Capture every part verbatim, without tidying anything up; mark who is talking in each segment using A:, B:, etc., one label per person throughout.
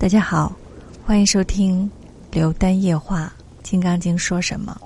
A: 大家好，欢迎收听刘丹夜话《金刚经》说什么？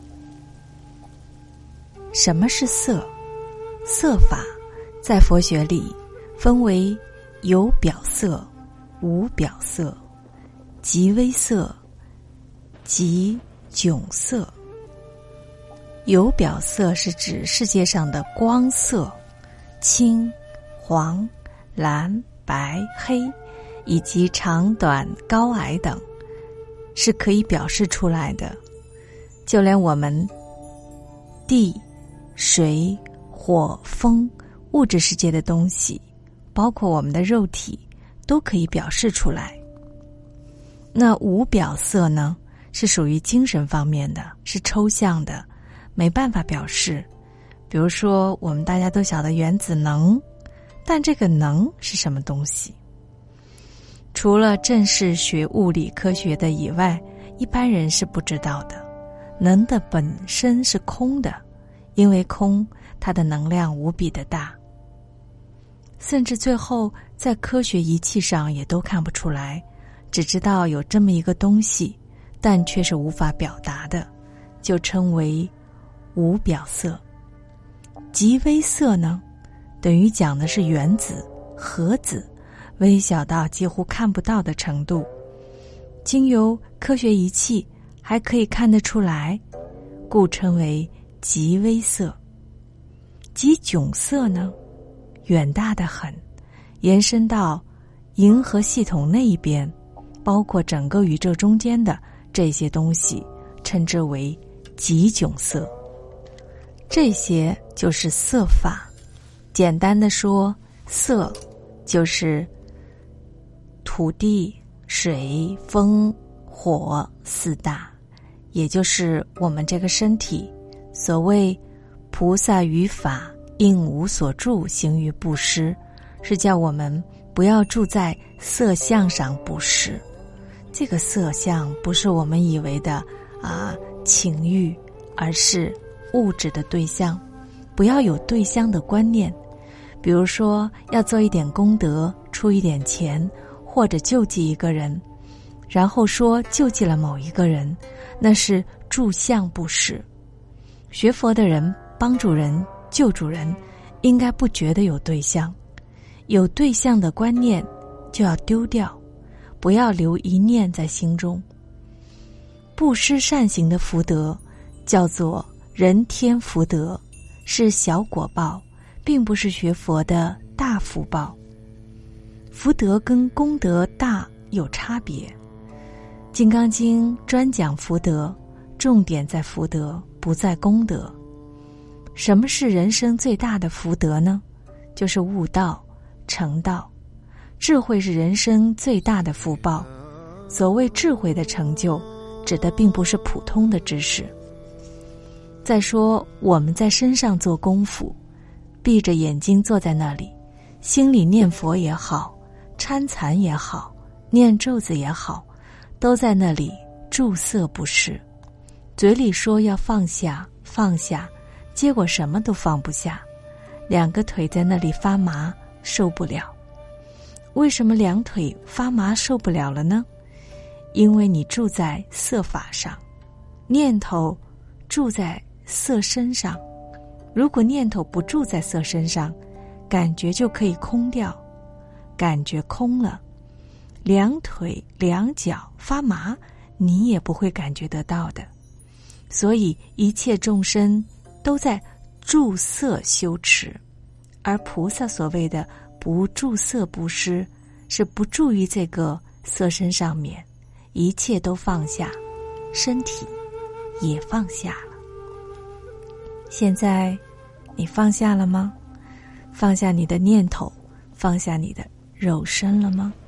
A: 什么是色？色法在佛学里分为有表色、无表色、极微色、极迥色。有表色是指世界上的光色，青、黄、蓝、白、黑以及长短高矮等是可以表示出来的。就连我们地、水、火、风物质世界的东西，包括我们的肉体，都可以表示出来。那无表色呢，是属于精神方面的，是抽象的，没办法表示。比如说我们大家都晓得原子能，但这个能是什么东西？除了正式学物理科学的以外，一般人是不知道的。能的本身是空的，因为空它的能量无比的大，甚至最后在科学仪器上也都看不出来，只知道有这么一个东西，但却是无法表达的，就称为无表色。极微色呢，等于讲的是原子、核子，微小到几乎看不到的程度，经由科学仪器还可以看得出来，故称为极微色。极迥色呢，远大得很，延伸到银河系统那一边，包括整个宇宙中间的这些东西，称之为极迥色。这些就是色法。简单的说，色就是土地、水、风、火四大，也就是我们这个身体。所谓菩萨于法应无所住，行于布施，是叫我们不要住在色相上布施。这个色相不是我们以为的啊情欲，而是物质的对象。不要有对象的观念，比如说要做一点功德，出一点钱，或者救济一个人，然后说救济了某一个人，那是住相布施。学佛的人帮助人、救助人，应该不觉得有对象，有对象的观念就要丢掉，不要留一念在心中。布施善行的福德叫做人天福德，是小果报，并不是学佛的大福报。福德跟功德大有差别，金刚经专讲福德，重点在福德，不在功德。什么是人生最大的福德呢？就是悟道、成道。智慧是人生最大的福报。所谓智慧的成就，指的并不是普通的知识。再说我们在身上做功夫，闭着眼睛坐在那里，心里念佛也好，参禅也好，念咒子也好，都在那里住色不施。嘴里说要放下放下，结果什么都放不下，两个腿在那里发麻，受不了。为什么两腿发麻受不了了呢？因为你住在色法上，念头住在色身上。如果念头不住在色身上，感觉就可以空掉，感觉空了，两腿两脚发麻，你也不会感觉得到的。所以一切众生都在住色修持，而菩萨所谓的不住色布施，是不住于这个色身上面，一切都放下，身体也放下了。现在你放下了吗？放下你的念头，放下你的肉身了吗？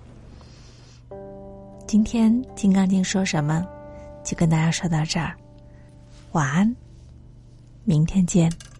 A: 今天《金刚经》说什么，就跟大家说到这儿。晚安，明天见。